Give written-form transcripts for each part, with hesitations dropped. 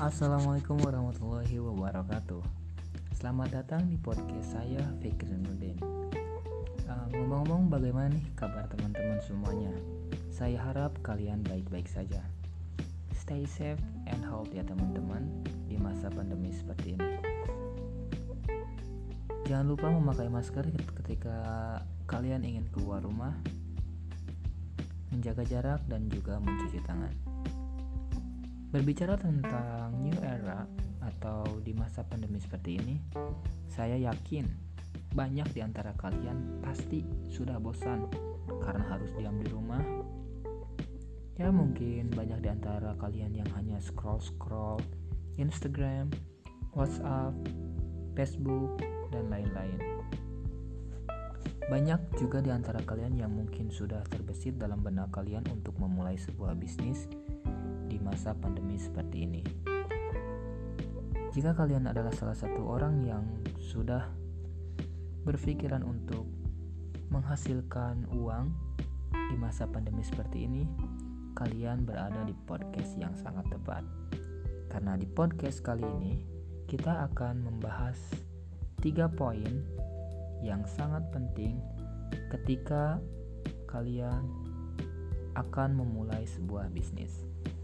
Assalamualaikum warahmatullahi wabarakatuh. Selamat datang di podcast saya Fikri Nurdin. Ngomong-ngomong, bagaimana nih kabar teman-teman semuanya? Saya harap kalian baik-baik saja. Stay safe and healthy ya teman-teman di masa pandemi seperti ini. Jangan lupa memakai masker ketika kalian ingin keluar rumah, menjaga jarak dan juga mencuci tangan. Berbicara tentang new era atau di masa pandemi seperti ini, saya yakin banyak di antara kalian pasti sudah bosan karena harus diam di rumah. Ya mungkin banyak di antara kalian yang hanya scroll Instagram, WhatsApp, Facebook, dan lain-lain. Banyak juga di antara kalian yang mungkin sudah terbesit dalam benak kalian untuk memulai sebuah bisnis di masa pandemi seperti ini. Jika kalian adalah salah satu orang yang sudah berpikiran untuk menghasilkan uang di masa pandemi seperti ini, kalian berada di podcast yang sangat tepat. Karena di podcast kali ini kita akan membahas 3 poin yang sangat penting ketika kalian akan memulai sebuah bisnis.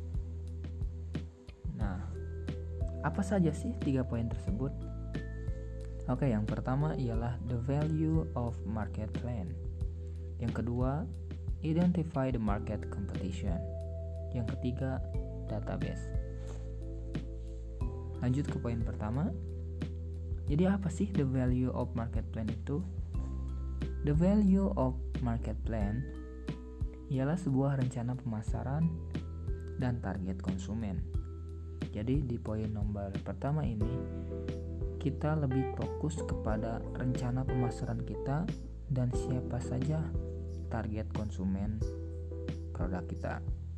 Nah, apa saja sih 3 poin tersebut? Oke, yang pertama ialah the value of market plan. Yang kedua, identify the market competition. Yang ketiga, database. Lanjut ke poin pertama. Jadi apa sih the value of market plan itu? The value of market plan ialah sebuah rencana pemasaran dan target konsumen. Jadi di poin nomor pertama ini kita lebih fokus kepada rencana pemasaran kita dan siapa saja target konsumen produk kita.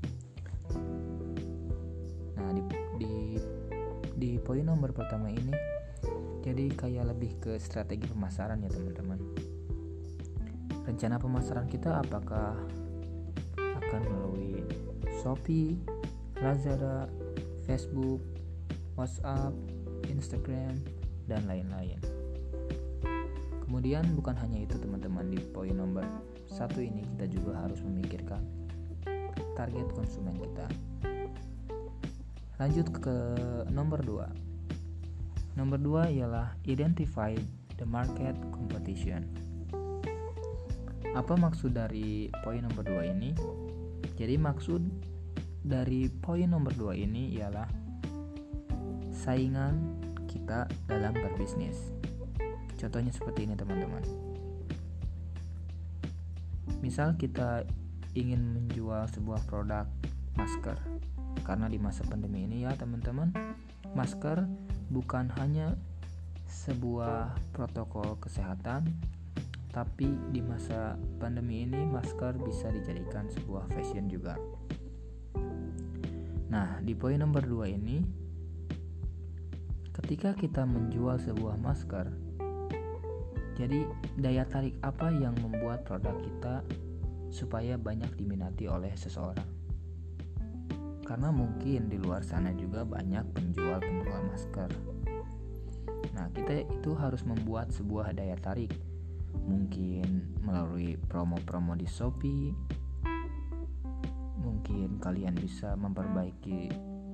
Nah di poin nomor pertama ini jadi kayak lebih ke strategi pemasaran ya teman-teman. Rencana pemasaran kita apakah akan melalui Shopee, Lazada, Facebook, WhatsApp, Instagram, dan lain-lain. Kemudian bukan hanya itu teman-teman, di poin nomor 1 ini kita juga harus memikirkan target konsumen kita. Lanjut ke nomor 2. Nomor 2 ialah identify the market competition. Apa maksud dari poin nomor 2 ini? Jadi maksud dari poin nomor 2 ini ialah saingan kita dalam berbisnis. Contohnya seperti ini teman-teman. Misal kita ingin menjual sebuah produk masker. Karena di masa pandemi ini ya teman-teman, masker bukan hanya sebuah protokol kesehatan, tapi di masa pandemi ini masker bisa dijadikan sebuah fashion juga. Nah, di poin nomor 2 ini, ketika kita menjual sebuah masker, jadi daya tarik apa yang membuat produk kita supaya banyak diminati oleh seseorang? Karena mungkin di luar sana juga banyak penjual masker. Nah, kita itu harus membuat sebuah daya tarik, mungkin melalui promo-promo di Shopee. Mungkin kalian bisa memperbaiki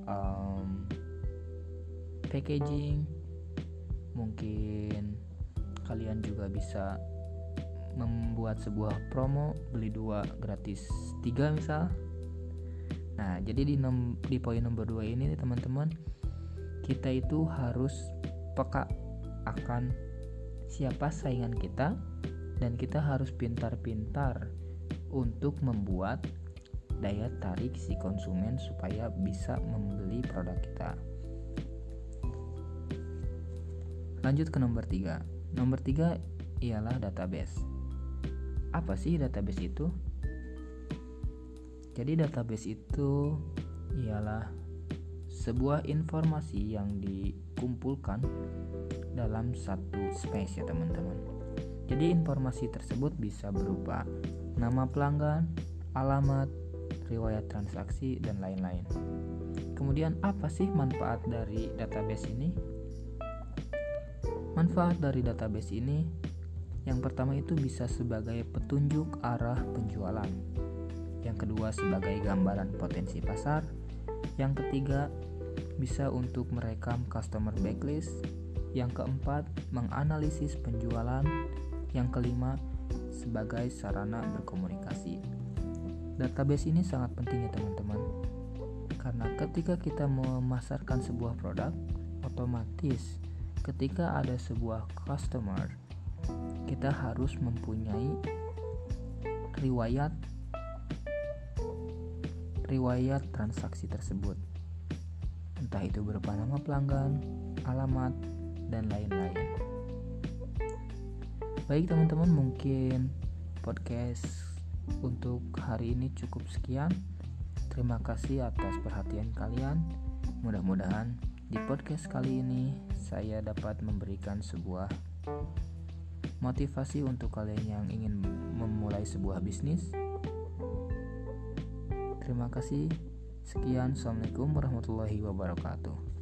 packaging. Mungkin kalian juga bisa membuat sebuah promo beli 2 gratis 3 misal. Nah, jadi di poin nomor 2 ini teman-teman, kita itu harus peka akan siapa saingan kita dan kita harus pintar-pintar untuk membuat daya tarik si konsumen supaya bisa membeli produk kita. Lanjut ke nomor 3. Nomor 3 ialah database. Apa sih database itu? Jadi database itu ialah sebuah informasi yang dikumpulkan dalam satu space ya teman-teman. Jadi informasi tersebut bisa berupa nama pelanggan, alamat, riwayat transaksi, dan lain-lain. Kemudian apa sih manfaat dari database ini? Manfaat dari database ini yang pertama itu bisa sebagai petunjuk arah penjualan. Yang kedua sebagai gambaran potensi pasar. Yang ketiga bisa untuk merekam customer backlist. Yang keempat menganalisis penjualan. Yang kelima sebagai sarana berkomunikasi. Database ini sangat penting ya teman-teman. Karena ketika kita memasarkan sebuah produk, otomatis ketika ada sebuah customer, kita harus mempunyai riwayat transaksi tersebut. Entah itu berupa nama pelanggan, alamat, dan lain-lain. Baik teman-teman, mungkin podcast untuk hari ini cukup sekian. Terima kasih atas perhatian kalian. Mudah-mudahan di podcast kali ini saya dapat memberikan sebuah motivasi untuk kalian yang ingin memulai sebuah bisnis. Terima kasih. Sekian. Assalamualaikum warahmatullahi wabarakatuh.